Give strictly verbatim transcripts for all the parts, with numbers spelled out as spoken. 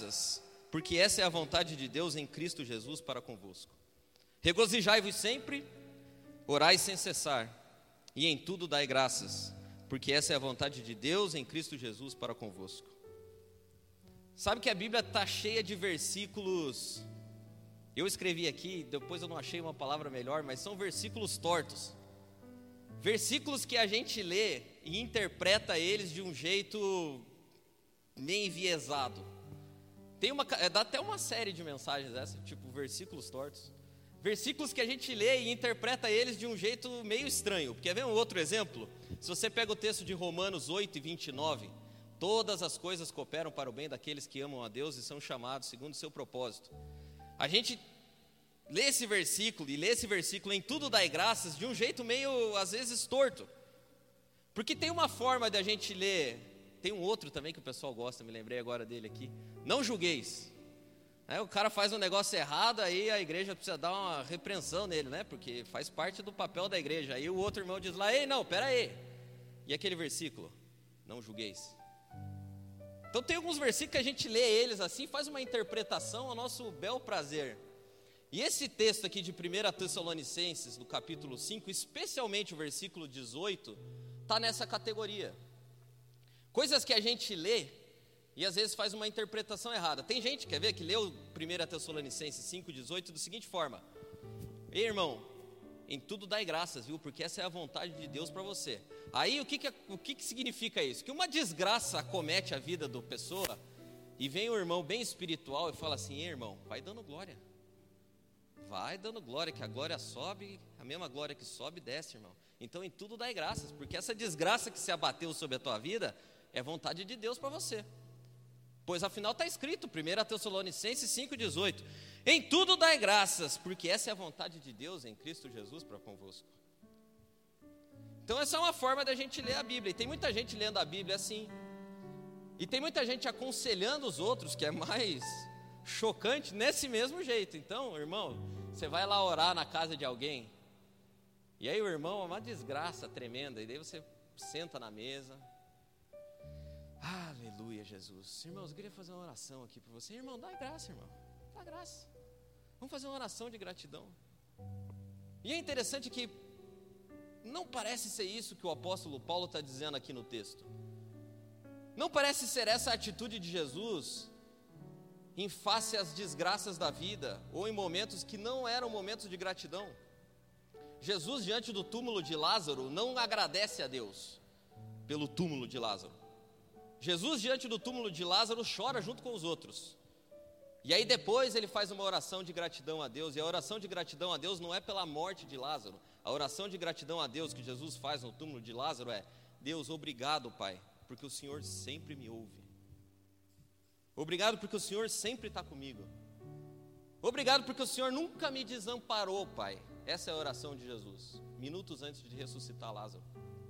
graças, porque essa é a vontade de Deus em Cristo Jesus para convosco. Regozijai-vos sempre, orai sem cessar, e em tudo dai graças, porque essa é a vontade de Deus em Cristo Jesus para convosco. Sabe que a Bíblia está cheia de versículos, eu escrevi aqui, depois eu não achei uma palavra melhor, mas são versículos tortos. Versículos que a gente lê e interpreta eles de um jeito meio enviesado. Tem uma, dá até uma série de mensagens essa, tipo versículos tortos. Versículos que a gente lê e interpreta eles de um jeito meio estranho. Quer ver um outro exemplo? Se você pega o texto de Romanos oito, vinte e nove, todas as coisas cooperam para o bem daqueles que amam a Deus e são chamados segundo o seu propósito. A gente lê esse versículo e lê esse versículo em tudo dai graças de um jeito meio, às vezes, torto. Porque tem uma forma de a gente ler, tem um outro também que o pessoal gosta, me lembrei agora dele aqui, não julgueis. É, o cara faz um negócio errado, aí a igreja precisa dar uma repreensão nele, né? Porque faz parte do papel da igreja. Aí o outro irmão diz lá, ei, não, pera aí. E aquele versículo, não julgueis. Então tem alguns versículos que a gente lê eles assim, faz uma interpretação ao nosso bel prazer. E esse texto aqui de primeira Tessalonicenses, no capítulo cinco, especialmente o versículo dezoito, está nessa categoria. Coisas que a gente lê e às vezes faz uma interpretação errada. Tem gente, quer ver, que leu primeira Tessalonicenses cinco, dezoito da seguinte forma: ei, irmão, em tudo dai graças, viu? Porque essa é a vontade de Deus para você. Aí o que que, o que que significa isso? Que uma desgraça acomete a vida da pessoa e vem um irmão bem espiritual e fala assim: ei, irmão, vai dando glória. Vai dando glória, que a glória sobe, a mesma glória que sobe desce, irmão. Então em tudo dai graças, porque essa desgraça que se abateu sobre a tua vida é vontade de Deus para você. Pois afinal está escrito, primeira Tessalonicenses cinco, dezoito, em tudo dai graças, porque essa é a vontade de Deus em Cristo Jesus para convosco. Então essa é uma forma da gente ler a Bíblia, e tem muita gente lendo a Bíblia assim, e tem muita gente aconselhando os outros, que é mais chocante, nesse mesmo jeito. Então, irmão, você vai lá orar na casa de alguém, e aí o irmão é uma desgraça tremenda, e daí você senta na mesa, aleluia, Jesus. Irmãos, eu queria fazer uma oração aqui por você. Irmão, dá graça, irmão, dá graça. Vamos fazer uma oração de gratidão. E é interessante que não parece ser isso que o apóstolo Paulo está dizendo aqui no texto. Não parece ser essa a atitude de Jesus em face às desgraças da vida, ou em momentos que não eram momentos de gratidão. Jesus, diante do túmulo de Lázaro, não agradece a Deus pelo túmulo de Lázaro. Jesus, diante do túmulo de Lázaro, chora junto com os outros. E aí depois ele faz uma oração de gratidão a Deus. E a oração de gratidão a Deus não é pela morte de Lázaro. A oração de gratidão a Deus que Jesus faz no túmulo de Lázaro é: Deus, obrigado, Pai, porque o Senhor sempre me ouve. Obrigado porque o Senhor sempre está comigo. Obrigado porque o Senhor nunca me desamparou, Pai. Essa é a oração de Jesus, minutos antes de ressuscitar Lázaro.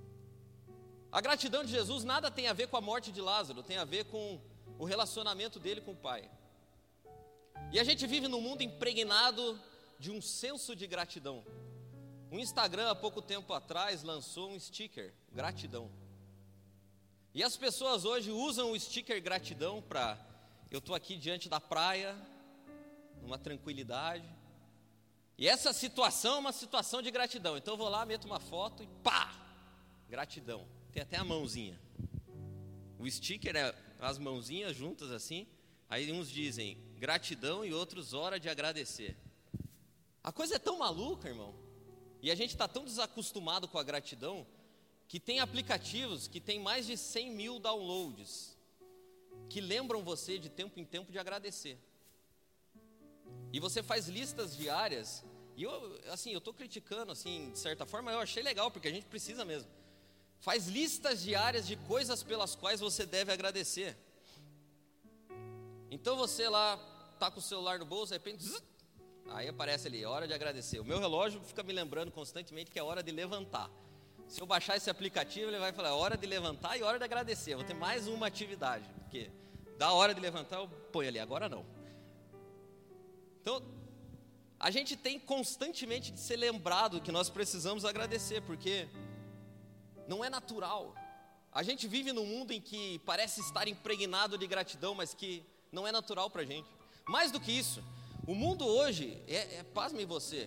A gratidão de Jesus nada tem a ver com a morte de Lázaro, tem a ver com o relacionamento dele com o Pai. E a gente vive num mundo impregnado de um senso de gratidão. O Instagram, há pouco tempo atrás, lançou um sticker, gratidão. E as pessoas hoje usam o sticker gratidão para: eu estou aqui diante da praia, numa tranquilidade, e essa situação é uma situação de gratidão. Então eu vou lá, meto uma foto e pá, gratidão. Tem até a mãozinha. O sticker é as mãozinhas juntas assim. Aí uns dizem gratidão e outros hora de agradecer. A coisa é tão maluca, irmão. E a gente está tão desacostumado com a gratidão, que tem aplicativos que tem mais de cem mil downloads, que lembram você de tempo em tempo de agradecer. E você faz listas diárias. E eu, assim, eu estou criticando, assim, de certa forma, eu achei legal, porque a gente precisa mesmo. Faz listas diárias de coisas pelas quais você deve agradecer. Então você lá está com o celular no bolso, de repente, zzz, aí aparece ali, hora de agradecer. O meu relógio fica me lembrando constantemente que é hora de levantar. Se eu baixar esse aplicativo, ele vai falar, é hora de levantar e hora de agradecer. Eu vou ter mais uma atividade, porque da hora de levantar eu ponho ali, agora não. Então, a gente tem constantemente de ser lembrado que nós precisamos agradecer, porque não é natural. A gente vive num mundo em que parece estar impregnado de gratidão, mas que não é natural para a gente. Mais do que isso, o mundo hoje, é, é, pasme você,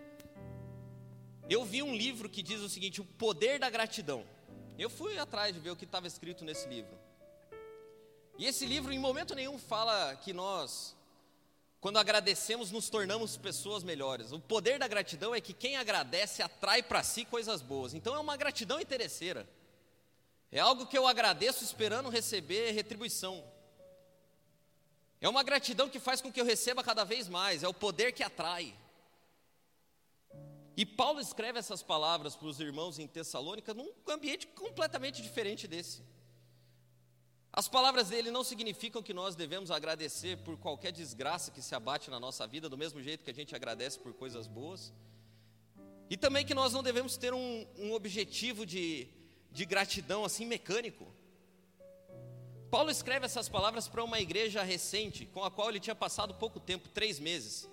eu vi um livro que diz o seguinte, o poder da gratidão. Eu fui atrás de ver o que estava escrito nesse livro. E esse livro em momento nenhum fala que nós, quando agradecemos, nos tornamos pessoas melhores. O poder da gratidão é que quem agradece atrai para si coisas boas. Então é uma gratidão interesseira. É algo que eu agradeço esperando receber retribuição. É uma gratidão que faz com que eu receba cada vez mais. É o poder que atrai. E Paulo escreve essas palavras para os irmãos em Tessalônica num ambiente completamente diferente desse. As palavras dele não significam que nós devemos agradecer por qualquer desgraça que se abate na nossa vida, do mesmo jeito que a gente agradece por coisas boas. E também que nós não devemos ter um, um objetivo de, de gratidão assim mecânico. Paulo escreve essas palavras para uma igreja recente, com a qual ele tinha passado pouco tempo, três meses.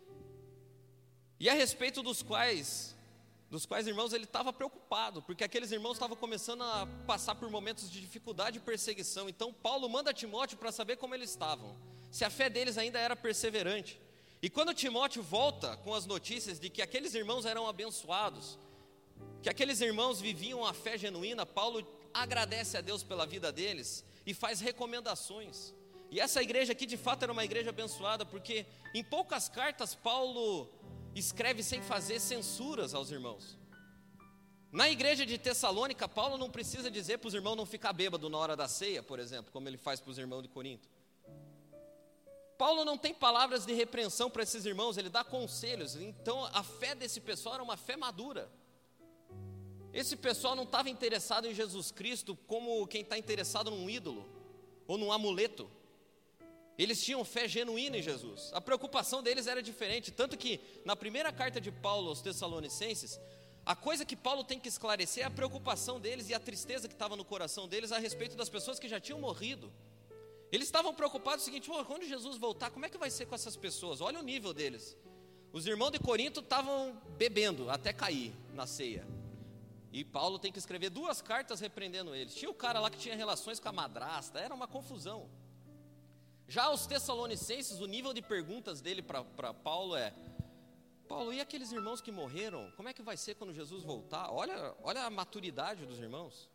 E a respeito dos quais, dos quais irmãos ele estava preocupado, porque aqueles irmãos estavam começando a passar por momentos de dificuldade e perseguição. Então Paulo manda Timóteo para saber como eles estavam, se a fé deles ainda era perseverante. E quando Timóteo volta com as notícias de que aqueles irmãos eram abençoados, que aqueles irmãos viviam a fé genuína, Paulo agradece a Deus pela vida deles e faz recomendações. E essa igreja aqui de fato era uma igreja abençoada, porque em poucas cartas Paulo escreve sem fazer censuras aos irmãos. Na igreja de Tessalônica, Paulo não precisa dizer para os irmãos não ficar bêbado na hora da ceia, por exemplo, como ele faz para os irmãos de Corinto. Paulo não tem palavras de repreensão para esses irmãos, ele dá conselhos. Então a fé desse pessoal era uma fé madura. Esse pessoal não estava interessado em Jesus Cristo como quem está interessado num ídolo ou num amuleto. Eles tinham fé genuína em Jesus. A preocupação deles era diferente, tanto que na primeira carta de Paulo aos Tessalonicenses, a coisa que Paulo tem que esclarecer é a preocupação deles e a tristeza que estava no coração deles a respeito das pessoas que já tinham morrido. Eles estavam preocupados com o seguinte: oh, quando Jesus voltar, como é que vai ser com essas pessoas? Olha o nível deles. Os irmãos de Corinto estavam bebendo até cair na ceia. E Paulo tem que escrever duas cartas repreendendo eles. Tinha o cara lá que tinha relações com a madrasta, era uma confusão. Já os Tessalonicenses, o nível de perguntas dele para Paulo é: Paulo, e aqueles irmãos que morreram? Como é que vai ser quando Jesus voltar? Olha, olha a maturidade dos irmãos.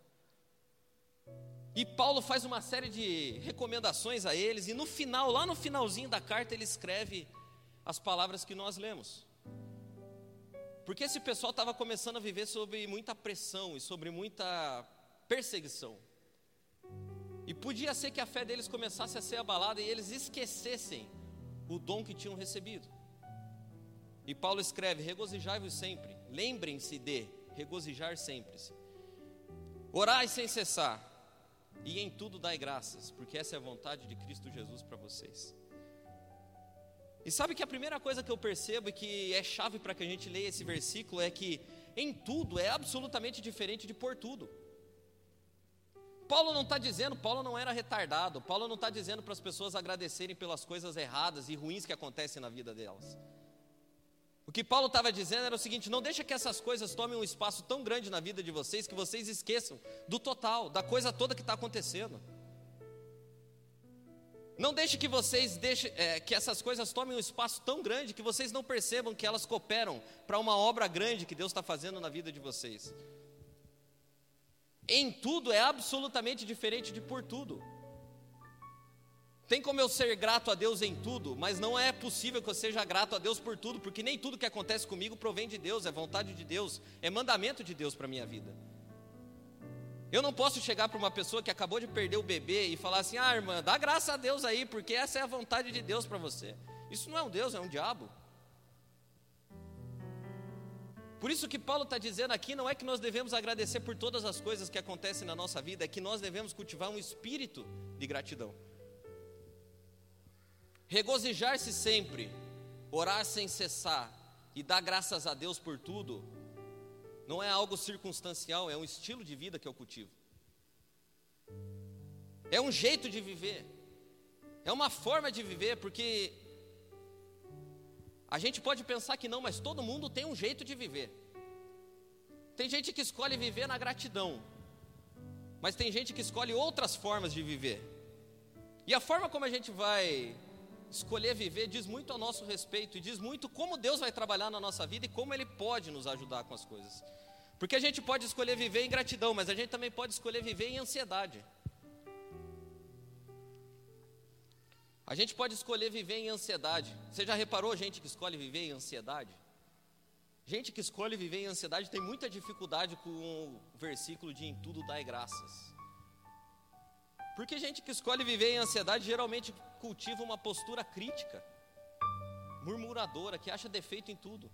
E Paulo faz uma série de recomendações a eles, e no final, lá no finalzinho da carta, ele escreve as palavras que nós lemos. Porque esse pessoal estava começando a viver sob muita pressão e sobre muita perseguição. E podia ser que a fé deles começasse a ser abalada e eles esquecessem o dom que tinham recebido. E Paulo escreve: regozijai-vos sempre, lembrem-se de regozijar sempre-se. Orai sem cessar, e em tudo dai graças, porque essa é a vontade de Cristo Jesus para vocês. E sabe que a primeira coisa que eu percebo e que é chave para que a gente leia esse versículo é que em tudo é absolutamente diferente de por tudo. Paulo não está dizendo, Paulo não era retardado, Paulo não está dizendo para as pessoas agradecerem pelas coisas erradas e ruins que acontecem na vida delas. O que Paulo estava dizendo era o seguinte: não deixa que essas coisas tomem um espaço tão grande na vida de vocês que vocês esqueçam do total, da coisa toda que está acontecendo. Não deixe que vocês deixem, é, que essas coisas tomem um espaço tão grande que vocês não percebam que elas cooperam para uma obra grande que Deus está fazendo na vida de vocês. Em tudo é absolutamente diferente de por tudo. Tem como eu ser grato a Deus em tudo, mas não é possível que eu seja grato a Deus por tudo, porque nem tudo que acontece comigo provém de Deus, é vontade de Deus, é mandamento de Deus para a minha vida. Eu não posso chegar para uma pessoa que acabou de perder o bebê e falar assim: ah, irmã, dá graça a Deus aí, porque essa é a vontade de Deus para você. Isso não é um Deus, é um diabo. Por isso que Paulo está dizendo aqui, não é que nós devemos agradecer por todas as coisas que acontecem na nossa vida, é que nós devemos cultivar um espírito de gratidão. Regozijar-se sempre, orar sem cessar e dar graças a Deus por tudo, não é algo circunstancial, é um estilo de vida que eu cultivo. É um jeito de viver, é uma forma de viver, porque a gente pode pensar que não, mas todo mundo tem um jeito de viver. Tem gente que escolhe viver na gratidão, mas tem gente que escolhe outras formas de viver. E a forma como a gente vai escolher viver diz muito a nosso respeito, e diz muito como Deus vai trabalhar na nossa vida e como Ele pode nos ajudar com as coisas. Porque a gente pode escolher viver em gratidão, mas a gente também pode escolher viver em ansiedade. A gente pode escolher viver em ansiedade. Você já reparou gente que escolhe viver em ansiedade? Gente que escolhe viver em ansiedade tem muita dificuldade com o versículo de em tudo dai graças. Porque gente que escolhe viver em ansiedade geralmente cultiva uma postura crítica, murmuradora, que acha defeito em tudo.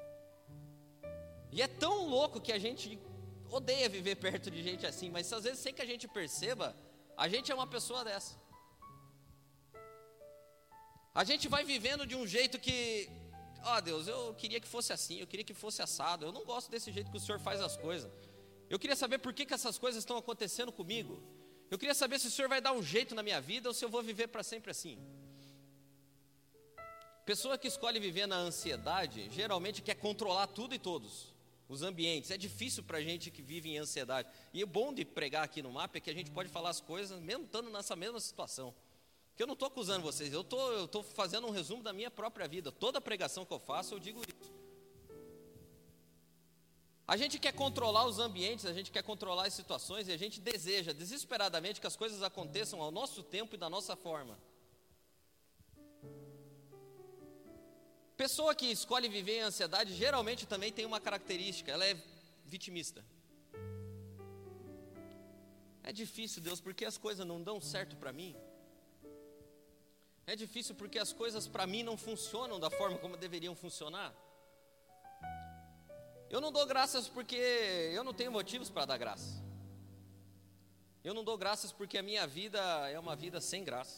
E é tão louco que a gente odeia viver perto de gente assim, mas às vezes sem que a gente perceba, a gente é uma pessoa dessa. A gente vai vivendo de um jeito que, ó Deus, eu queria que fosse assim, eu queria que fosse assado, eu não gosto desse jeito que o Senhor faz as coisas. Eu queria saber por que, que essas coisas estão acontecendo comigo. Eu queria saber se o Senhor vai dar um jeito na minha vida ou se eu vou viver para sempre assim. Pessoa que escolhe viver na ansiedade, geralmente quer controlar tudo e todos, os ambientes. É difícil para a gente que vive em ansiedade. E o bom de pregar aqui no mapa é que a gente pode falar as coisas mesmo estando nessa mesma situação. Porque eu não estou acusando vocês, eu tô, eu estou fazendo um resumo da minha própria vida. Toda pregação que eu faço, eu digo isso. A gente quer controlar os ambientes, a gente quer controlar as situações e a gente deseja desesperadamente que as coisas aconteçam ao nosso tempo e da nossa forma. Pessoa que escolhe viver em ansiedade geralmente também tem uma característica, ela é vitimista. É difícil, Deus, porque as coisas não dão certo para mim. É difícil porque as coisas para mim não funcionam da forma como deveriam funcionar. Eu não dou graças porque eu não tenho motivos para dar graça. Eu não dou graças porque a minha vida é uma vida sem graça.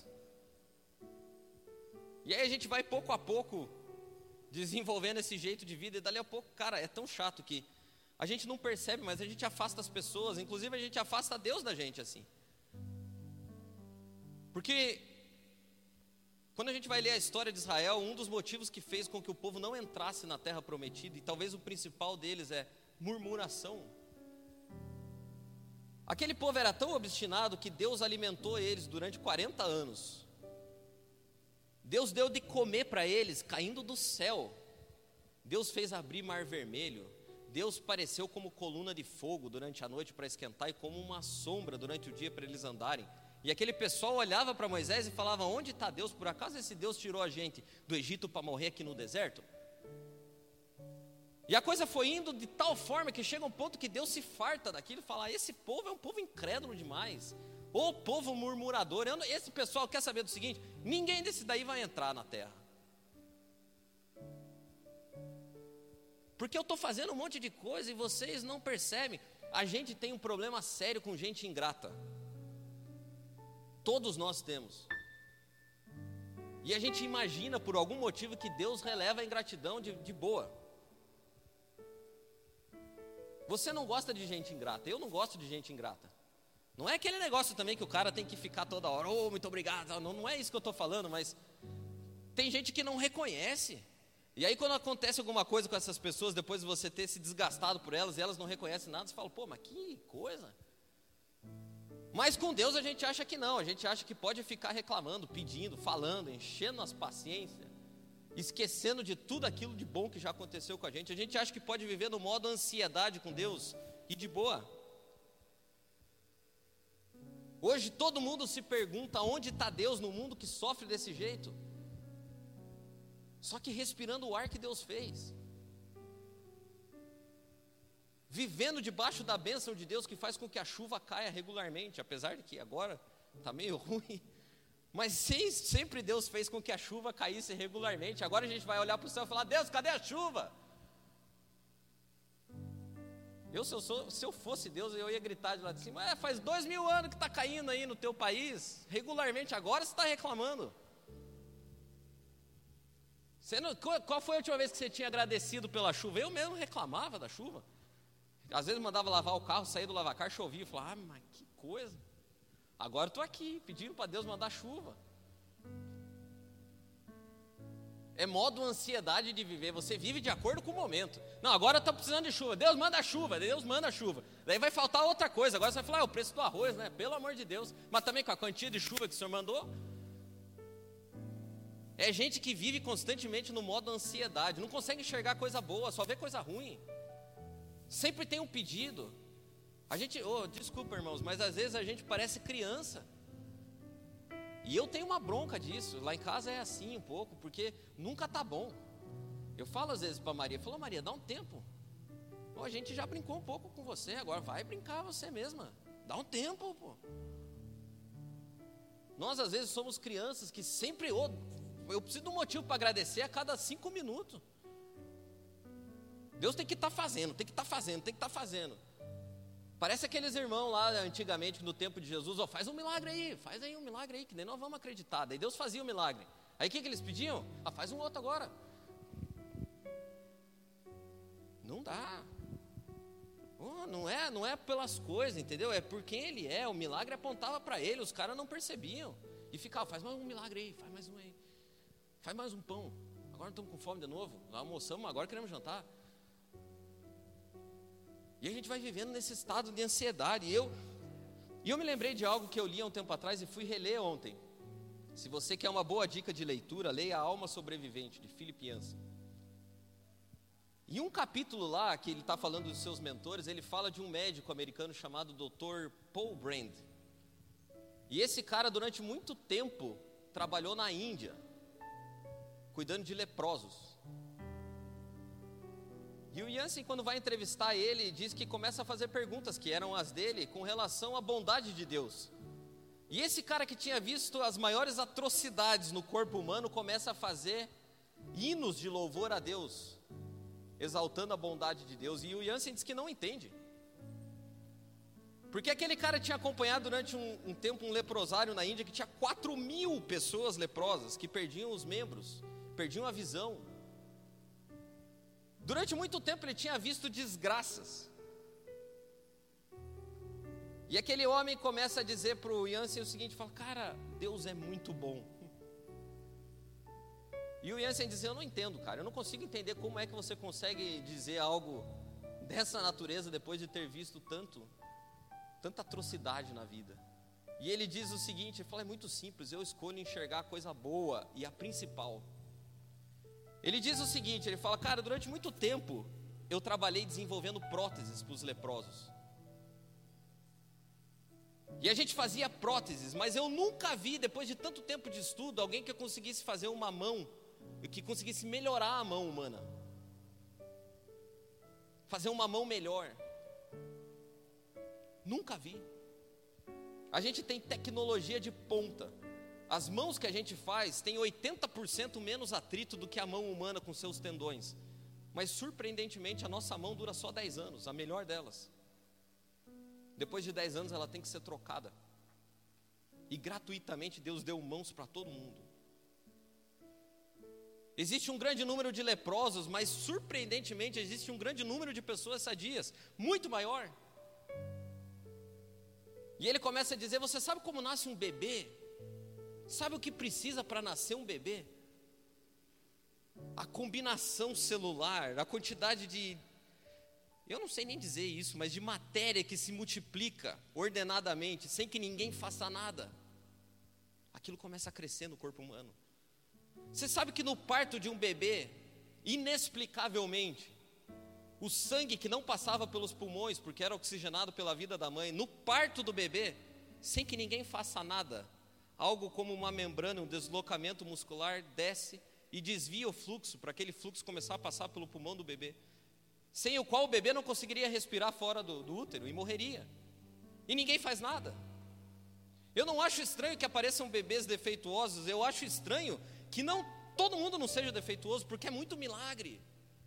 E aí a gente vai pouco a pouco desenvolvendo esse jeito de vida, e dali a pouco, cara, é tão chato que a gente não percebe, mas a gente afasta as pessoas, inclusive a gente afasta Deus da gente assim. Porque quando a gente vai ler a história de Israel, um dos motivos que fez com que o povo não entrasse na terra prometida, e talvez o principal deles é murmuração. Aquele povo era tão obstinado que Deus alimentou eles durante quarenta anos. Deus deu de comer para eles, caindo do céu. Deus fez abrir mar vermelho. Deus pareceu como coluna de fogo durante a noite para esquentar e como uma sombra durante o dia para eles andarem. E aquele pessoal olhava para Moisés e falava: onde está Deus? Por acaso esse Deus tirou a gente do Egito para morrer aqui no deserto? E a coisa foi indo de tal forma que chega um ponto que Deus se farta daquilo e fala: esse povo é um povo incrédulo demais, ou povo murmurador. Eu não, esse pessoal quer saber do seguinte: ninguém desse daí vai entrar na terra, porque eu estou fazendo um monte de coisa e vocês não percebem. A gente tem um problema sério com gente ingrata. Todos nós temos. E a gente imagina por algum motivo que Deus releva a ingratidão de, de boa. Você não gosta de gente ingrata, eu não gosto de gente ingrata. Não é aquele negócio também que o cara tem que ficar toda hora, oh, muito obrigado, não, não é isso que eu estou falando, mas tem gente que não reconhece. E aí quando acontece alguma coisa com essas pessoas, depois de você ter se desgastado por elas e elas não reconhecem nada, você fala: pô, mas que coisa. Mas com Deus a gente acha que não, a gente acha que pode ficar reclamando, pedindo, falando, enchendo as paciências, esquecendo de tudo aquilo de bom que já aconteceu com a gente. A gente acha que pode viver no modo ansiedade com Deus e de boa. Hoje todo mundo se pergunta onde está Deus no mundo que sofre desse jeito, só que respirando o ar que Deus fez, vivendo debaixo da bênção de Deus que faz com que a chuva caia regularmente, apesar de que agora está meio ruim, mas sim, sempre Deus fez com que a chuva caísse regularmente. Agora a gente vai olhar para o céu e falar: Deus, cadê a chuva? Eu, se, eu sou, se eu fosse Deus, eu ia gritar de lá de cima: é, faz dois mil anos que está caindo aí no teu país, regularmente, agora você está reclamando. Você não, qual, qual foi a última vez que você tinha agradecido pela chuva? Eu mesmo reclamava da chuva. Às vezes mandava lavar o carro, saía do lavacar, chovia, e falava: ah, mas que coisa. Agora estou aqui, pedindo para Deus mandar chuva. É modo ansiedade de viver, você vive de acordo com o momento. Não, agora está precisando de chuva, Deus manda chuva, Deus manda chuva. Daí vai faltar outra coisa, agora você vai falar: ah, o preço do arroz, né? Pelo amor de Deus. Mas também com a quantia de chuva que o Senhor mandou, É gente que vive constantemente no modo ansiedade, não consegue enxergar coisa boa, só vê coisa ruim. Sempre tem um pedido. A gente, oh, desculpa irmãos, mas às vezes a gente parece criança. E eu tenho uma bronca disso, lá em casa é assim um pouco, porque nunca tá bom. Eu falo às vezes para Maria, falo, Maria, dá um tempo. Oh, a gente já brincou um pouco com você, agora vai brincar você mesma. Dá um tempo, pô. Nós às vezes somos crianças que sempre, oh, eu preciso de um motivo para agradecer a cada cinco minutos. Deus tem que estar fazendo, tem que estar fazendo, tem que estar fazendo. Parece aqueles irmãos lá antigamente, no tempo de Jesus, ó, faz um milagre aí, faz aí um milagre aí, que nem nós vamos acreditar. Daí Deus fazia o milagre. Aí o que, que eles pediam? Ah, faz um outro agora. Não dá. Oh, não é, não é pelas coisas, entendeu? É por quem ele é. O milagre apontava para ele, os caras não percebiam. E ficava, faz mais um milagre aí, faz mais um aí. Faz mais um pão. Agora estamos com fome de novo. Nós almoçamos, agora queremos jantar. E a gente vai vivendo nesse estado de ansiedade. E eu, e eu me lembrei de algo que eu li há um tempo atrás e fui reler ontem. Se você quer uma boa dica de leitura, leia A Alma Sobrevivente, de Philip Yancey. Em um capítulo lá, que ele está falando dos seus mentores, ele fala de um médico americano chamado doutor Paul Brand. E esse cara, durante muito tempo, trabalhou na Índia, cuidando de leprosos. E o Yancey, quando vai entrevistar ele, diz que começa a fazer perguntas, que eram as dele, com relação à bondade de Deus. E esse cara que tinha visto as maiores atrocidades no corpo humano, começa a fazer hinos de louvor a Deus, exaltando a bondade de Deus. E o Yancey diz que não entende. Porque aquele cara tinha acompanhado durante um, um tempo um leprosário na Índia, que tinha quatro mil pessoas leprosas, que perdiam os membros, perdiam a visão. Durante muito tempo ele tinha visto desgraças. E aquele homem começa a dizer para o Yancey o seguinte, fala, cara, Deus é muito bom. E o Yancey diz, eu não entendo, cara, eu não consigo entender como é que você consegue dizer algo dessa natureza depois de ter visto tanto, tanta atrocidade na vida. E ele diz o seguinte, ele fala, é muito simples, eu escolho enxergar a coisa boa e a principal. Ele diz o seguinte, ele fala, cara, durante muito tempo eu trabalhei desenvolvendo próteses para os leprosos. E a gente fazia próteses, mas eu nunca vi, depois de tanto tempo de estudo, alguém que conseguisse fazer uma mão, que conseguisse melhorar a mão humana. Fazer uma mão melhor. Nunca vi. A gente tem tecnologia de ponta. As mãos que a gente faz têm oitenta por cento menos atrito do que a mão humana com seus tendões. Mas surpreendentemente a nossa mão dura só dez anos, a melhor delas. Depois de dez anos ela tem que ser trocada. E gratuitamente Deus deu mãos para todo mundo. Existe um grande número de leprosos, mas surpreendentemente existe um grande número de pessoas sadias, muito maior. E ele começa a dizer, você sabe como nasce um bebê? Sabe o que precisa para nascer um bebê? A combinação celular, a quantidade de, eu não sei nem dizer isso, mas de matéria que se multiplica ordenadamente, sem que ninguém faça nada. Aquilo começa a crescer no corpo humano. Você sabe que no parto de um bebê, inexplicavelmente, o sangue que não passava pelos pulmões, porque era oxigenado pela vida da mãe, no parto do bebê, sem que ninguém faça nada, algo como uma membrana, um deslocamento muscular, desce e desvia o fluxo, para aquele fluxo começar a passar pelo pulmão do bebê, sem o qual o bebê não conseguiria respirar fora do, do útero e morreria. E ninguém faz nada. Eu não acho estranho que apareçam bebês defeituosos, eu acho estranho que não, todo mundo não seja defeituoso, porque é muito milagre.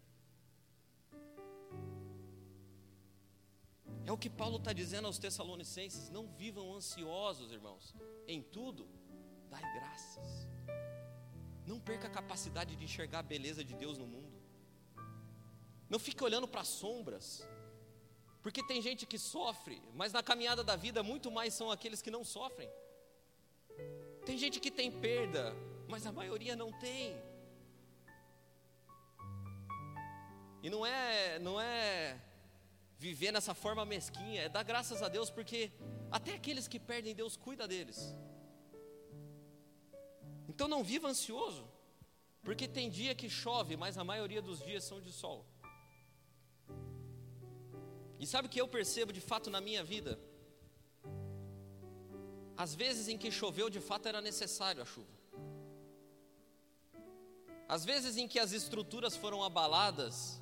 É o que Paulo está dizendo aos Tessalonicenses, não vivam ansiosos, irmãos, em tudo, dai graças. Não perca a capacidade de enxergar a beleza de Deus no mundo. Não fique olhando para as sombras, porque tem gente que sofre, mas na caminhada da vida muito mais são aqueles que não sofrem. Tem gente que tem perda, mas a maioria não tem. E não é, não é viver nessa forma mesquinha, é dar graças a Deus, porque até aqueles que perdem, Deus cuida deles. Então não viva ansioso. Porque tem dia que chove, mas a maioria dos dias são de sol. E sabe o que eu percebo de fato na minha vida? Às vezes em que choveu, de fato era necessário a chuva. Às vezes em que as estruturas foram abaladas,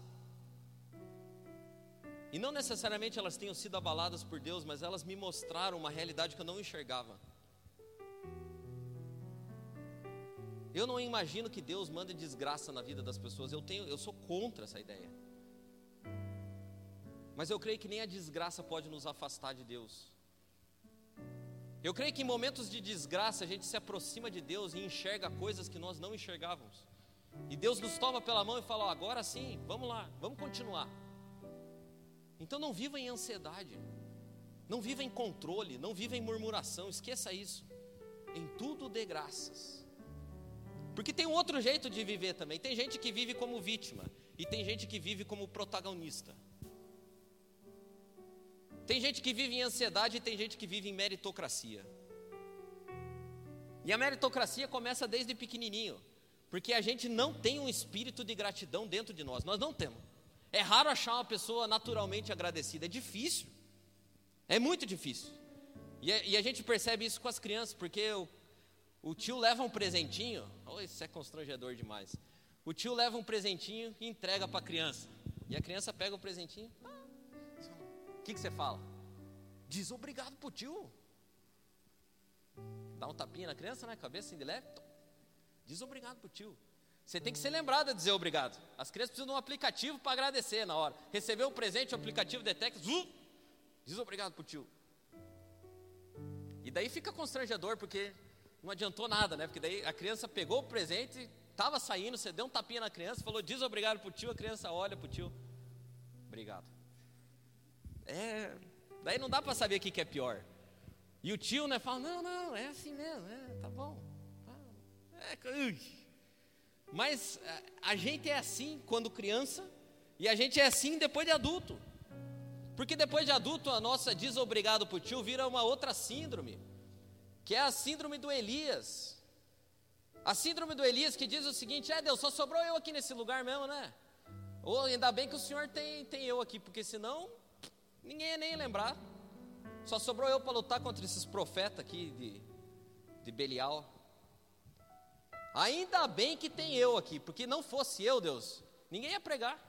e não necessariamente elas tenham sido abaladas por Deus, mas elas me mostraram uma realidade que eu não enxergava. Eu não imagino que Deus mande desgraça na vida das pessoas. Eu tenho, eu sou contra essa ideia. Mas eu creio que nem a desgraça pode nos afastar de Deus. Eu creio que em momentos de desgraça a gente se aproxima de Deus e enxerga coisas que nós não enxergávamos. E Deus nos toma pela mão e fala, ó, agora sim, vamos lá, vamos continuar. Então não viva em ansiedade, não viva em controle, não viva em murmuração, esqueça isso. Em tudo dê graças. Porque tem um outro jeito de viver também. Tem gente que vive como vítima e tem gente que vive como protagonista. Tem gente que vive em ansiedade e tem gente que vive em meritocracia. E a meritocracia começa desde pequenininho, porque a gente não tem um espírito de gratidão dentro de nós. Nós não temos. É raro achar uma pessoa naturalmente agradecida. É difícil. É muito difícil. E a, e a gente percebe isso com as crianças, porque o, o tio leva um presentinho. Oh, isso é constrangedor demais. O tio leva um presentinho e entrega para a criança. E a criança pega o presentinho. O que, que você fala? Diz obrigado pro tio. Dá um tapinha na criança, né? Cabeça assim de leve. Diz obrigado pro tio. Você tem que ser lembrado a dizer obrigado. As crianças precisam de um aplicativo para agradecer na hora. Recebeu um presente, o aplicativo detecta, uh, diz obrigado pro tio. E daí fica constrangedor, porque não adiantou nada, né? Porque daí a criança pegou o presente, estava saindo, você deu um tapinha na criança, falou, diz obrigado pro tio, a criança olha pro tio. Obrigado. É, daí não dá para saber o que, que é pior. E o tio, né, fala, não, não, é assim mesmo, é, tá bom. É, ui. Mas a gente é assim quando criança, e a gente é assim depois de adulto. Porque depois de adulto, a nossa diz obrigado pro tio vira uma outra síndrome, que é a síndrome do Elias. A síndrome do Elias que diz o seguinte, é Deus, só sobrou eu aqui nesse lugar mesmo, né? Ou ainda bem que o Senhor tem, tem eu aqui, porque senão ninguém ia nem lembrar. Só sobrou eu para lutar contra esses profetas aqui de, de Belial. Ainda bem que tem eu aqui, porque não fosse eu, Deus, ninguém ia pregar.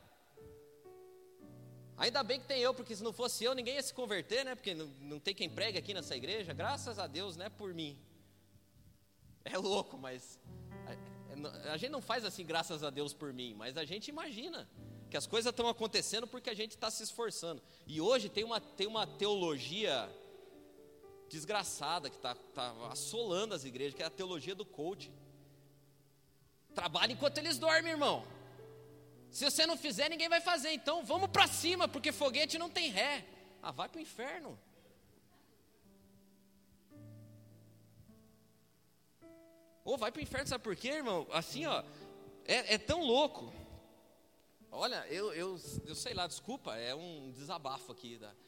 Ainda bem que tem eu, porque se não fosse eu, ninguém ia se converter, né? Porque não, não tem quem pregue aqui nessa igreja, graças a Deus, né? Por mim. É louco, mas a, a gente não faz assim, graças a Deus por mim, mas a gente imagina que as coisas estão acontecendo porque a gente está se esforçando. E hoje tem uma, tem uma teologia desgraçada que está tá assolando as igrejas, que é a teologia do coaching. Trabalha enquanto eles dormem, irmão. Se você não fizer, ninguém vai fazer. Então vamos para cima, porque foguete não tem ré. Ah, vai para o inferno. Ou vai para o inferno, sabe por quê, irmão? Assim, ó, é, é tão louco. Olha, eu, eu, eu sei lá, desculpa, é um desabafo aqui. Da...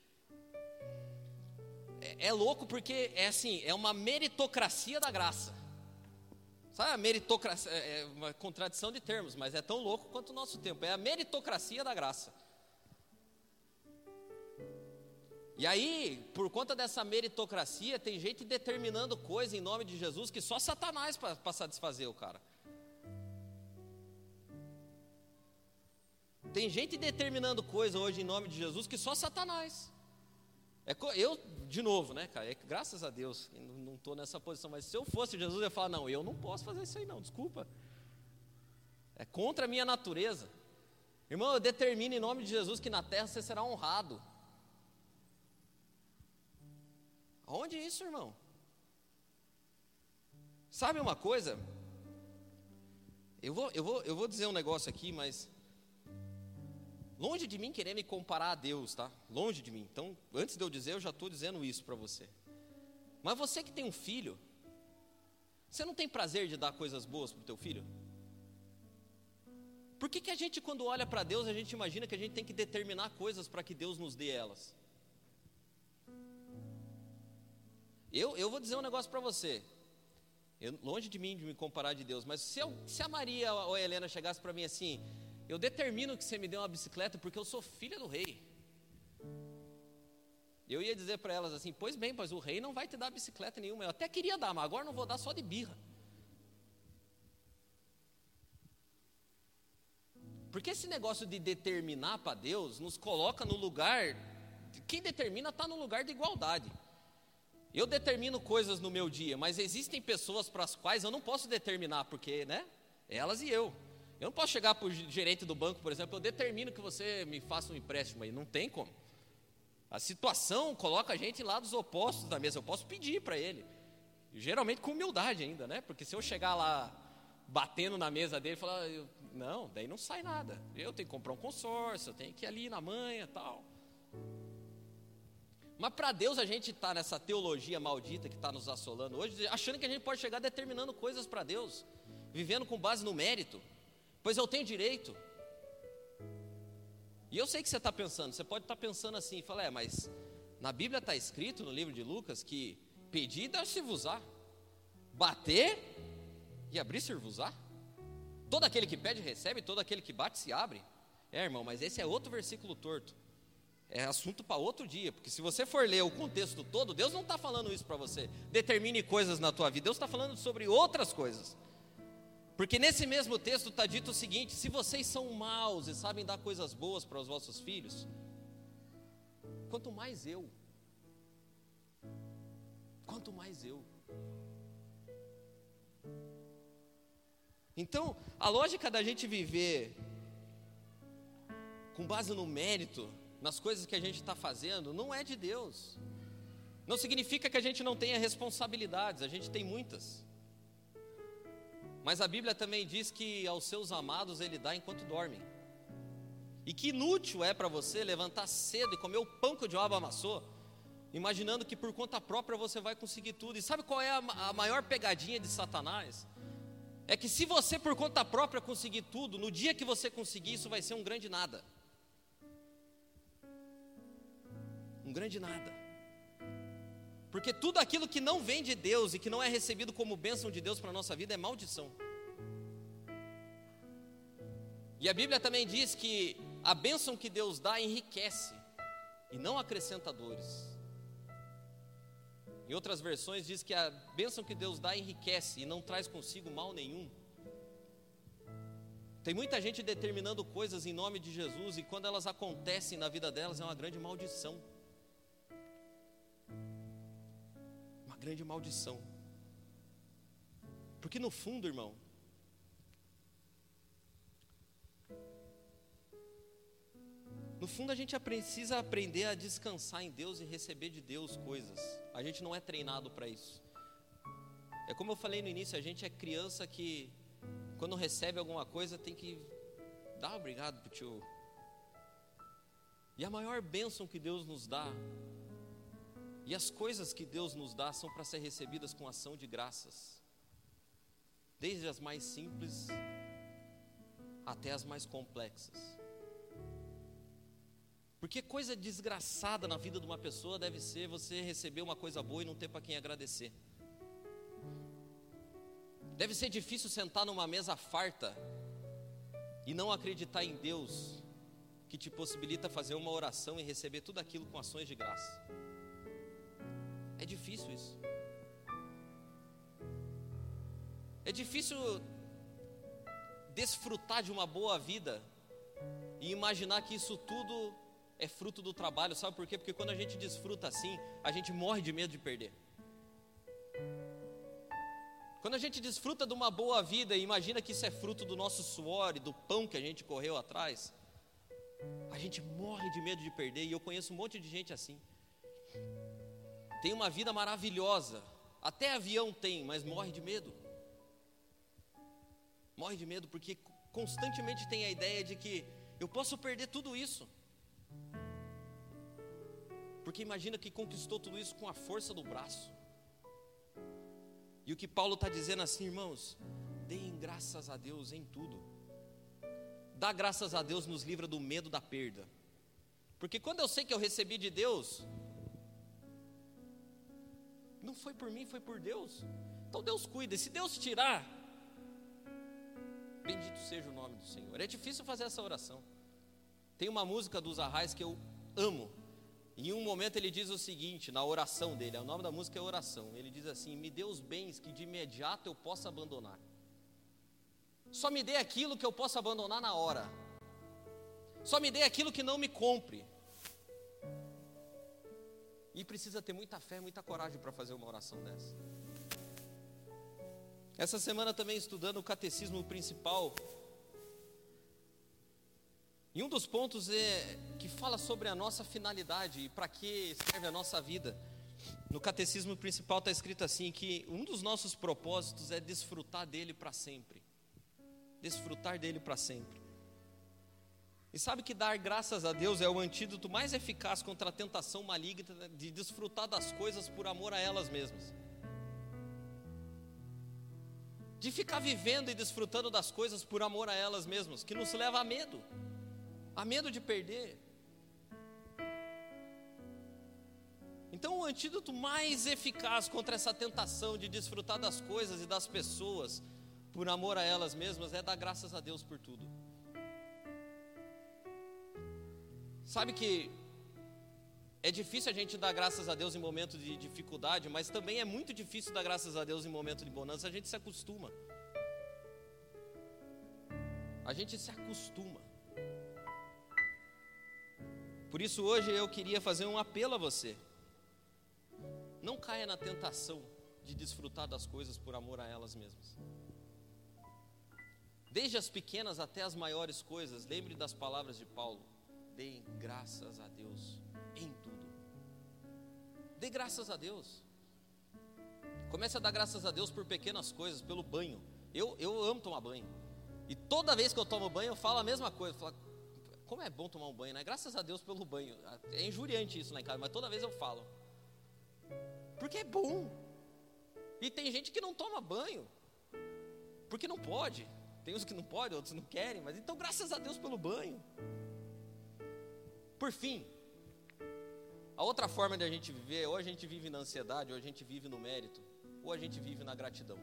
É, é louco porque é assim, é uma meritocracia da graça. Sabe, a meritocracia, é uma contradição de termos, mas é tão louco quanto o nosso tempo. É a meritocracia da graça. E aí, por conta dessa meritocracia, tem gente determinando coisa em nome de Jesus que só Satanás para satisfazer o cara. Tem gente determinando coisa hoje em nome de Jesus que só Satanás. É, eu, de novo, né, cara, é, graças a Deus, não estou nessa posição, mas se eu fosse Jesus, eu ia falar, não, eu não posso fazer isso aí não, desculpa. É contra a minha natureza. Irmão, eu determino em nome de Jesus que na terra você será honrado. Aonde é isso, irmão? Sabe uma coisa? Eu vou, eu vou, eu vou dizer um negócio aqui, mas... longe de mim querer me comparar a Deus, tá? Longe de mim. Então, antes de eu dizer, eu já estou dizendo isso para você. Mas você que tem um filho, você não tem prazer de dar coisas boas para o teu filho? Por que que a gente, quando olha para Deus, a gente imagina que a gente tem que determinar coisas para que Deus nos dê elas? Eu, eu vou dizer um negócio para você. Eu, longe de mim de me comparar de Deus, mas se, eu, se a Maria ou a Helena chegasse para mim assim, eu determino que você me dê uma bicicleta porque eu sou filha do rei. Eu ia dizer para elas assim, pois bem, pois o rei não vai te dar bicicleta nenhuma. Eu até queria dar, mas agora não vou dar só de birra. Porque esse negócio de determinar para Deus nos coloca no lugar, quem determina está no lugar de igualdade. Eu determino coisas no meu dia, mas existem pessoas para as quais eu não posso determinar, porque, né, elas e eu. Eu não posso chegar para o gerente do banco, por exemplo, eu determino que você me faça um empréstimo aí, não tem como. A situação coloca a gente lá dos opostos da mesa, eu posso pedir para ele, geralmente com humildade ainda, né, porque se eu chegar lá batendo na mesa dele e falar, eu, não, daí não sai nada, eu tenho que comprar um consórcio, eu tenho que ir ali na manha e tal. Mas para Deus a gente está nessa teologia maldita que está nos assolando hoje, achando que a gente pode chegar determinando coisas para Deus, vivendo com base no mérito, pois eu tenho direito. E eu sei que você está pensando, você pode estar tá pensando assim, fala, é, mas na Bíblia está escrito, no livro de Lucas, que pedir dá-se-vos-á, bater e abrir-se-vos-á. Todo aquele que pede recebe, todo aquele que bate se abre. É, irmão, mas esse é outro versículo torto. É assunto para outro dia, porque se você for ler o contexto todo, Deus não está falando isso para você, determine coisas na tua vida, Deus está falando sobre outras coisas. Porque nesse mesmo texto está dito o seguinte, se vocês são maus e sabem dar coisas boas para os vossos filhos, quanto mais eu, quanto mais eu. Então, a lógica da gente viver com base no mérito, nas coisas que a gente está fazendo, não é de Deus. Não significa que a gente não tenha responsabilidades, a gente tem muitas. Mas a Bíblia também diz que aos seus amados Ele dá enquanto dormem. E que inútil é para você levantar cedo e comer o pão que o diabo amassou, imaginando que por conta própria você vai conseguir tudo. E sabe qual é a, a maior pegadinha de Satanás? É que se você por conta própria conseguir tudo, no dia que você conseguir, isso vai ser um grande nada. Um grande nada. Porque tudo aquilo que não vem de Deus e que não é recebido como bênção de Deus para a nossa vida é maldição. E a Bíblia também diz que a bênção que Deus dá enriquece e não acrescenta dores. Em outras versões diz que a bênção que Deus dá enriquece e não traz consigo mal nenhum. Tem muita gente determinando coisas em nome de Jesus e quando elas acontecem na vida delas é uma grande maldição. Grande maldição. Porque no fundo, irmão, no fundo a gente precisa aprender a descansar em Deus e receber de Deus coisas. A gente não é treinado para isso. É como eu falei no início, a gente é criança que quando recebe alguma coisa tem que dar obrigado pro tio. E a maior bênção que Deus nos dá, e as coisas que Deus nos dá são para ser recebidas com ação de graças, desde as mais simples até as mais complexas. Porque coisa desgraçada na vida de uma pessoa deve ser você receber uma coisa boa e não ter para quem agradecer. Deve ser difícil sentar numa mesa farta e não acreditar em Deus, que te possibilita fazer uma oração e receber tudo aquilo com ações de graça. É difícil isso. É difícil desfrutar de uma boa vida e imaginar que isso tudo é fruto do trabalho. Sabe por quê? Porque quando a gente desfruta assim, a gente morre de medo de perder. Quando a gente desfruta de uma boa vida e imagina que isso é fruto do nosso suor e do pão que a gente correu atrás, a gente morre de medo de perder. E eu conheço um monte de gente assim. Tem uma vida maravilhosa, até avião tem, mas morre de medo. Morre de medo porque constantemente tem a ideia de que eu posso perder tudo isso. Porque imagina que conquistou tudo isso com a força do braço. E o que Paulo está dizendo assim, irmãos, deem graças a Deus em tudo. Dar graças a Deus nos livra do medo da perda. Porque quando eu sei que eu recebi de Deus, não foi por mim, foi por Deus. Então Deus cuida, e se Deus tirar, bendito seja o nome do Senhor. É difícil fazer essa oração. Tem uma música dos Arrais que eu amo. Em um momento ele diz o seguinte, na oração dele, o nome da música é Oração. Ele diz assim: me dê os bens que de imediato eu possa abandonar. Só me dê aquilo que eu possa abandonar na hora. Só me dê aquilo que não me compre. E precisa ter muita fé, muita coragem para fazer uma oração dessa. Essa semana também estudando o catecismo principal. E um dos pontos é que fala sobre a nossa finalidade e para que serve a nossa vida. No catecismo principal está escrito assim, que um dos nossos propósitos é desfrutar dele para sempre. Desfrutar dele para sempre. E sabe que dar graças a Deus é o antídoto mais eficaz contra a tentação maligna de desfrutar das coisas por amor a elas mesmas. De ficar vivendo e desfrutando das coisas por amor a elas mesmas, que nos leva a medo. A medo de perder. Então o antídoto mais eficaz contra essa tentação de desfrutar das coisas e das pessoas por amor a elas mesmas é dar graças a Deus por tudo. Sabe que é difícil a gente dar graças a Deus em momentos de dificuldade, mas também é muito difícil dar graças a Deus em momentos de bonança. A gente se acostuma. A gente se acostuma. Por isso hoje eu queria fazer um apelo a você. Não caia na tentação de desfrutar das coisas por amor a elas mesmas. Desde as pequenas até as maiores coisas, lembre das palavras de Paulo: deem graças a Deus em tudo. Dê graças a Deus. Comece a dar graças a Deus por pequenas coisas, pelo banho. Eu, eu amo tomar banho. E toda vez que eu tomo banho eu falo a mesma coisa. Eu falo, como é bom tomar um banho, né? Graças a Deus pelo banho. É injuriante isso lá em casa, mas toda vez eu falo. Porque é bom. E tem gente que não toma banho porque não pode. Tem uns que não podem, outros não querem. Mas então graças a Deus pelo banho. Por fim, a outra forma de a gente viver, ou a gente vive na ansiedade, ou a gente vive no mérito, ou a gente vive na gratidão.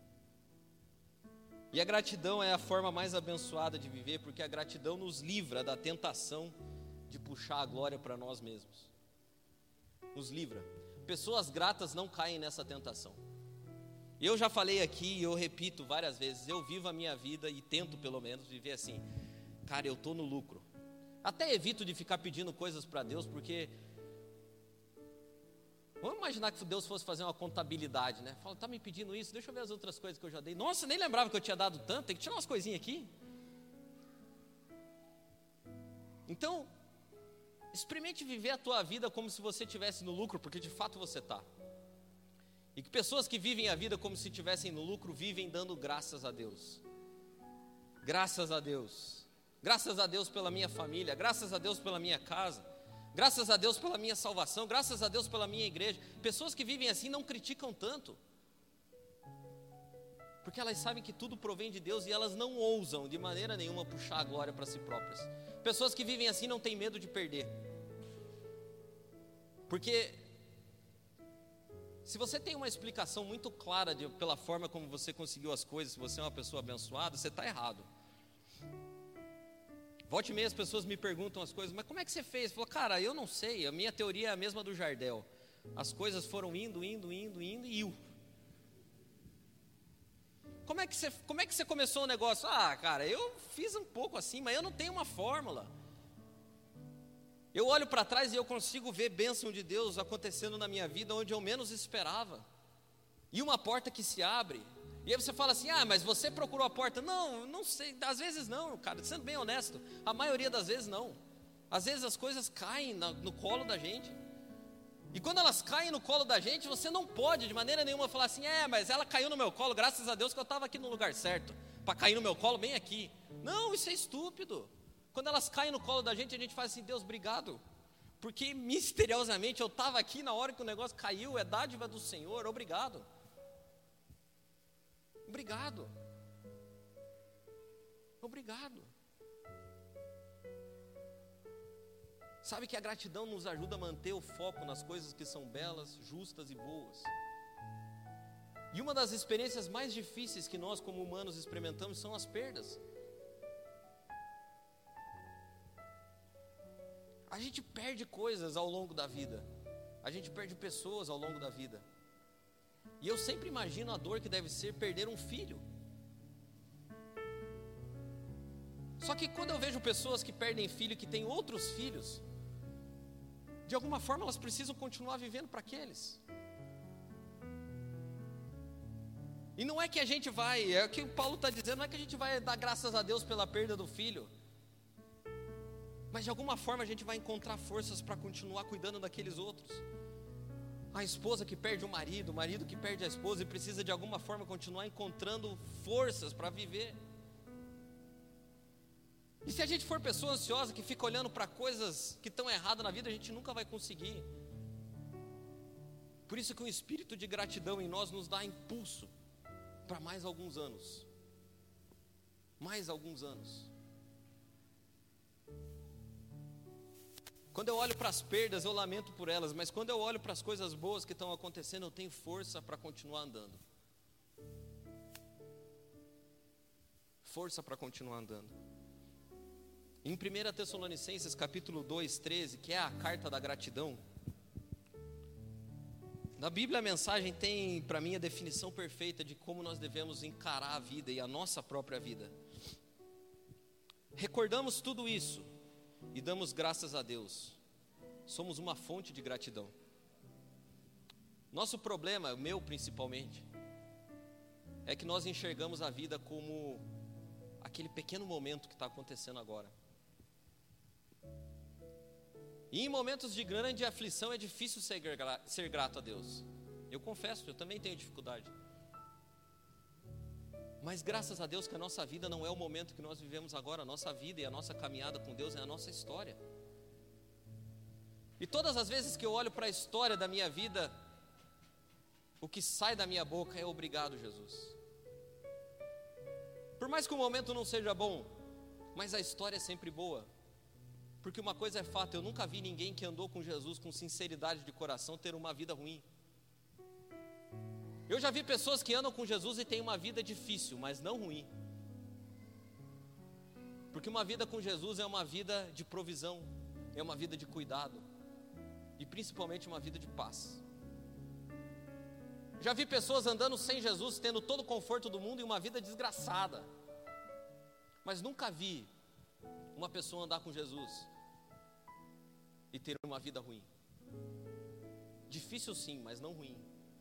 E a gratidão é a forma mais abençoada de viver, porque a gratidão nos livra da tentação de puxar a glória para nós mesmos. Nos livra. Pessoas gratas não caem nessa tentação. Eu já falei aqui e eu repito várias vezes, eu vivo a minha vida e tento pelo menos viver assim, cara, eu estou no lucro. Até evito de ficar pedindo coisas para Deus, porque vamos imaginar que Deus fosse fazer uma contabilidade, né? Fala, tá me pedindo isso, deixa eu ver as outras coisas que eu já dei. Nossa, nem lembrava que eu tinha dado tanto, tem que tirar umas coisinhas aqui. Então, experimente viver a tua vida como se você estivesse no lucro, porque de fato você está. E que pessoas que vivem a vida como se estivessem no lucro, vivem dando graças a Deus. Graças a Deus. Graças a Deus pela minha família, graças a Deus pela minha casa, graças a Deus pela minha salvação, graças a Deus pela minha igreja. Pessoas que vivem assim não criticam tanto, porque elas sabem que tudo provém de Deus e elas não ousam de maneira nenhuma puxar a glória para si próprias. Pessoas que vivem assim não têm medo de perder, porque se você tem uma explicação muito clara de, pela forma como você conseguiu as coisas, se você é uma pessoa abençoada, você está errado. Volte e meia as pessoas me perguntam as coisas, mas como é que você fez? Eu falo, cara, eu não sei, a minha teoria é a mesma do Jardel. As coisas foram indo, indo, indo, indo e iu. Como é que você, como é que você começou o negócio? Ah, cara, eu fiz um pouco assim, mas eu não tenho uma fórmula. Eu olho para trás e eu consigo ver bênção de Deus acontecendo na minha vida onde eu menos esperava. E uma porta que se abre. E aí você fala assim, ah, mas você procurou a porta. Não, não sei, às vezes não, cara, sendo bem honesto. A maioria das vezes não. Às vezes as coisas caem no, no colo da gente. E quando elas caem no colo da gente, você não pode de maneira nenhuma falar assim, é, mas ela caiu no meu colo, graças a Deus que eu estava aqui no lugar certo. Para cair no meu colo, bem aqui. Não, isso é estúpido. Quando elas caem no colo da gente, a gente fala assim, Deus, obrigado. Porque misteriosamente eu estava aqui na hora que o negócio caiu, é dádiva do Senhor, obrigado. Obrigado. Obrigado. Sabe que a gratidão nos ajuda a manter o foco nas coisas que são belas, justas e boas. E uma das experiências mais difíceis que nós como humanos experimentamos são as perdas. A gente perde coisas ao longo da vida. A gente perde pessoas ao longo da vida. E eu sempre imagino a dor que deve ser perder um filho. Só que quando eu vejo pessoas que perdem filho, que têm outros filhos, de alguma forma elas precisam continuar vivendo para aqueles. E não é que a gente vai, é o que o Paulo está dizendo, não é que a gente vai dar graças a Deus pela perda do filho, mas de alguma forma a gente vai encontrar forças para continuar cuidando daqueles outros. A esposa que perde o marido, o marido que perde a esposa e precisa de alguma forma continuar encontrando forças para viver. E se a gente for pessoa ansiosa que fica olhando para coisas que estão erradas na vida, a gente nunca vai conseguir. Por isso que o espírito de gratidão em nós nos dá impulso para mais alguns anos. Mais alguns anos. Quando eu olho para as perdas, eu lamento por elas, mas quando eu olho para as coisas boas que estão acontecendo, eu tenho força para continuar andando. Força para continuar andando. Em primeira Tessalonicenses capítulo dois, treze, que é a carta da gratidão, na Bíblia a mensagem tem para mim a definição perfeita de como nós devemos encarar a vida e a nossa própria vida. Recordamos tudo isso e damos graças a Deus. Somos uma fonte de gratidão. Nosso problema, o meu principalmente, é que nós enxergamos a vida como aquele pequeno momento que está acontecendo agora. E em momentos de grande aflição é difícil ser, gra- ser grato a Deus. Eu confesso, eu também tenho dificuldade. Mas graças a Deus que a nossa vida não é o momento que nós vivemos agora. A nossa vida e a nossa caminhada com Deus é a nossa história. E todas as vezes que eu olho para a história da minha vida, o que sai da minha boca é obrigado, Jesus. Por mais que o momento não seja bom, mas a história é sempre boa. Porque uma coisa é fato, eu nunca vi ninguém que andou com Jesus com sinceridade de coração ter uma vida ruim. Eu já vi pessoas que andam com Jesus e têm uma vida difícil, mas não ruim. Porque uma vida com Jesus é uma vida de provisão, é uma vida de cuidado e principalmente uma vida de paz. Já vi pessoas andando sem Jesus, tendo todo o conforto do mundo e uma vida desgraçada. Mas nunca vi uma pessoa andar com Jesus e ter uma vida ruim. Difícil sim, mas não ruim.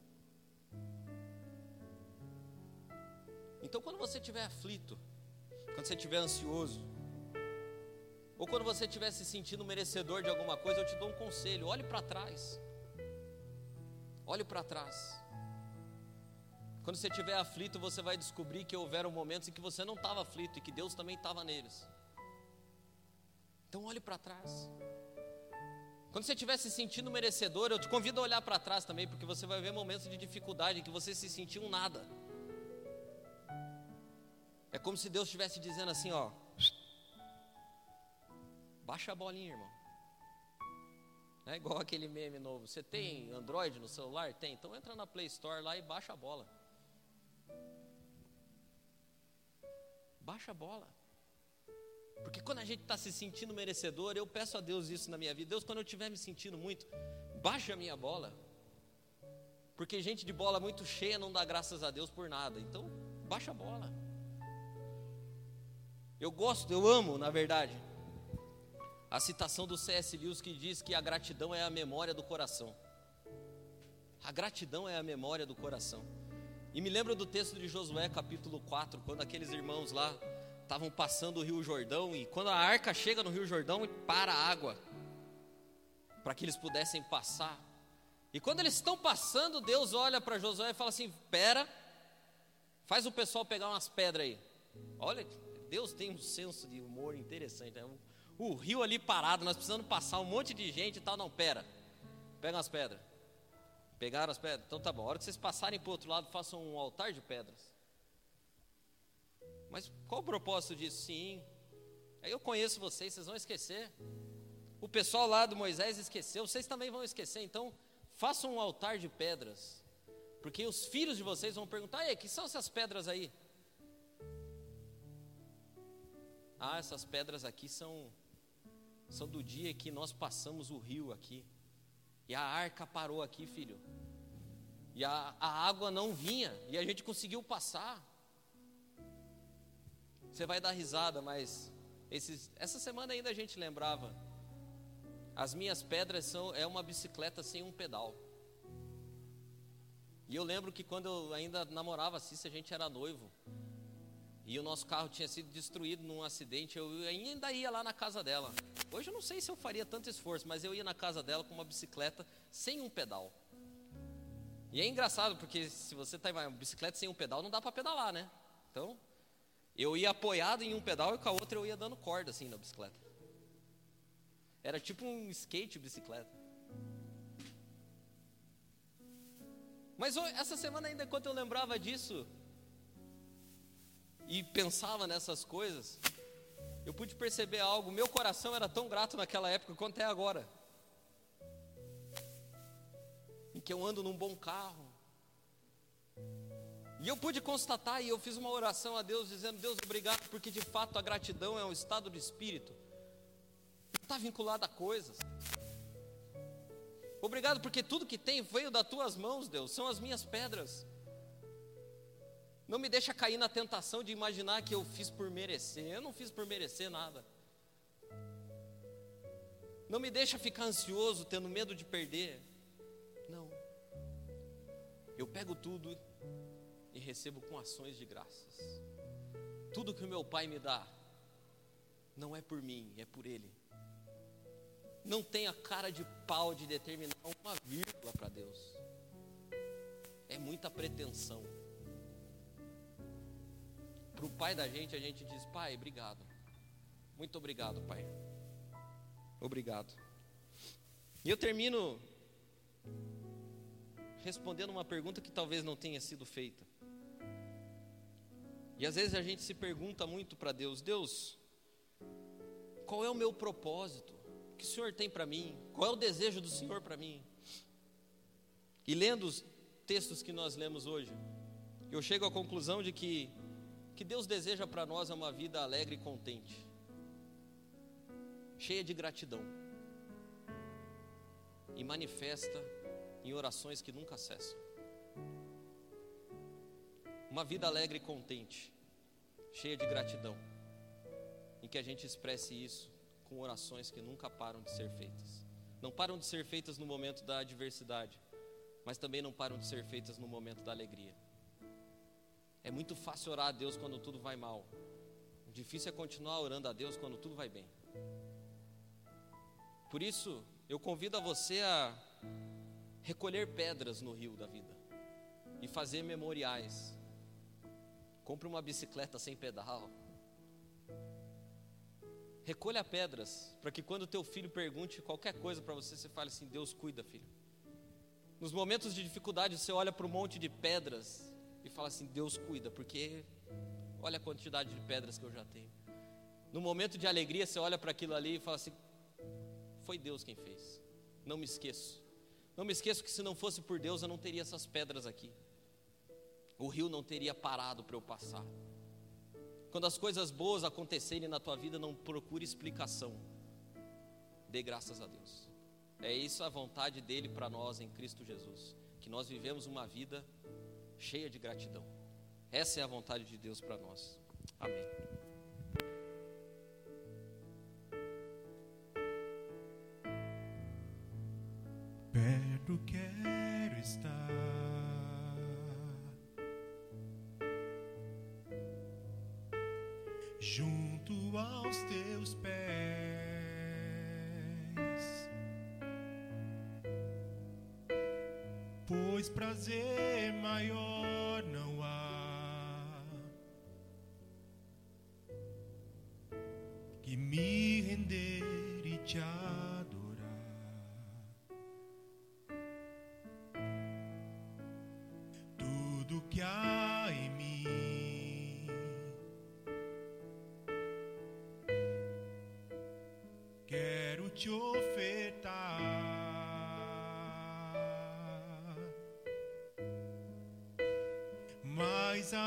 Então quando você estiver aflito, quando você estiver ansioso, ou quando você estiver se sentindo merecedor de alguma coisa, eu te dou um conselho: olhe para trás. Olhe para trás. Quando você estiver aflito, você vai descobrir que houveram momentos em que você não estava aflito e que Deus também estava neles. Então olhe para trás. Quando você estiver se sentindo merecedor, eu te convido a olhar para trás também, porque você vai ver momentos de dificuldade em que você se sentiu um nada. É como se Deus estivesse dizendo assim, ó: baixa a bolinha, irmão. É igual aquele meme novo. Você tem Android no celular? Tem. Então entra na Play Store lá e baixa a bola. Baixa a bola. Porque quando a gente está se sentindo merecedor, eu peço a Deus isso na minha vida: Deus, quando eu estiver me sentindo muito, baixa a minha bola. Porque gente de bola muito cheia não dá graças a Deus por nada. Então, baixa a bola. Eu gosto, eu amo, na verdade, a citação do C S Lewis que diz que a gratidão é a memória do coração. A gratidão é a memória do coração. E me lembro do texto de Josué capítulo quatro, quando aqueles irmãos lá estavam passando o Rio Jordão, e quando a arca chega no Rio Jordão e para a água, para que eles pudessem passar. E quando eles estão passando, Deus olha para Josué e fala assim: pera, faz o pessoal pegar umas pedras aí. Olha, Deus tem um senso de humor interessante, né? O, o rio ali parado, nós precisamos passar um monte de gente e tal. Não, pera, pega umas pedras. Pegaram as pedras? Então tá bom, a hora que vocês passarem para o outro lado, façam um altar de pedras. Mas qual o propósito disso? Sim, aí eu conheço vocês, vocês vão esquecer. O pessoal lá do Moisés esqueceu, vocês também vão esquecer. Então façam um altar de pedras, Porque os filhos de vocês vão perguntar: ei, que são essas pedras aí? Ah, essas pedras aqui são, são do dia que nós passamos o rio aqui. E a arca parou aqui, filho. E a, a água não vinha, e a gente conseguiu passar. Você vai dar risada, mas esses, essa semana ainda a gente lembrava. As minhas pedras são é uma bicicleta sem um pedal. E eu lembro que quando eu ainda namorava a Cícia, a gente era noivo. E o nosso carro tinha sido destruído num acidente. Eu ainda ia lá na casa dela. Hoje eu não sei se eu faria tanto esforço, mas eu ia na casa dela com uma bicicleta sem um pedal. E é engraçado, porque se você está em uma bicicleta sem um pedal, não dá para pedalar, né? Então, eu ia apoiado em um pedal e com a outra eu ia dando corda assim na bicicleta. Era tipo um skate bicicleta. Mas essa semana ainda, enquanto eu lembrava disso e pensava nessas coisas, eu pude perceber algo. Meu coração era tão grato naquela época quanto é agora. Em que eu ando num bom carro. E eu pude constatar, e eu fiz uma oração a Deus dizendo: Deus, obrigado, porque de fato a gratidão é um estado de espírito. Não está vinculado a coisas. Obrigado porque tudo que tem veio das tuas mãos, Deus, são as minhas pedras. Não me deixa cair na tentação de imaginar que eu fiz por merecer. Eu não fiz por merecer nada. Não me deixa ficar ansioso, tendo medo de perder. Não. Eu pego tudo e recebo com ações de graças. Tudo que o meu Pai me dá não é por mim, é por Ele. Não tenha cara de pau de determinar uma vírgula para Deus. É muita pretensão. Para o Pai da gente, a gente diz: Pai, obrigado. Muito obrigado, Pai. Obrigado. E eu termino respondendo uma pergunta que talvez não tenha sido feita. E às vezes a gente se pergunta muito para Deus: Deus, qual é o meu propósito? O que o Senhor tem para mim? Qual é o desejo do Senhor para mim? E lendo os textos que nós lemos hoje, eu chego à conclusão de que que Deus deseja para nós é uma vida alegre e contente, cheia de gratidão, e manifesta em orações que nunca cessam. Uma vida alegre e contente, cheia de gratidão, em que a gente expresse isso com orações que nunca param de ser feitas. Não param de ser feitas no momento da adversidade, mas também não param de ser feitas no momento da alegria. É muito fácil orar a Deus quando tudo vai mal. O difícil é continuar orando a Deus quando tudo vai bem. Por isso, eu convido a você a recolher pedras no rio da vida e fazer memoriais. Compre uma bicicleta sem pedal. Recolha pedras, para que quando teu filho pergunte qualquer coisa para você, você fale assim: Deus cuida, filho. Nos momentos de dificuldade, você olha para um monte de pedras e fala assim: Deus cuida, porque olha a quantidade de pedras que eu já tenho. No momento de alegria, você olha para aquilo ali e fala assim: foi Deus quem fez. Não me esqueço. Não me esqueço que se não fosse por Deus, eu não teria essas pedras aqui. O rio não teria parado para eu passar. Quando as coisas boas acontecerem na tua vida, não procure explicação. Dê graças a Deus. É isso a vontade dele para nós em Cristo Jesus. Que nós vivemos uma vida cheia de gratidão. Essa é a vontade de Deus para nós. Amém. Perto quero estar, junto aos teus pés, pois prazer maior não há que me render e te adorar. Tudo que há em mim quero te ofertar.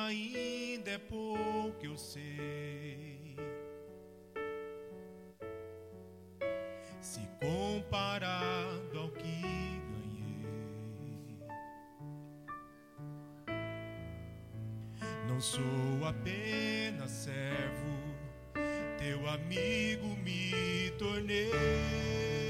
ainda é pouco, eu sei. Se comparado ao que ganhei, não sou apenas servo, teu amigo me tornei.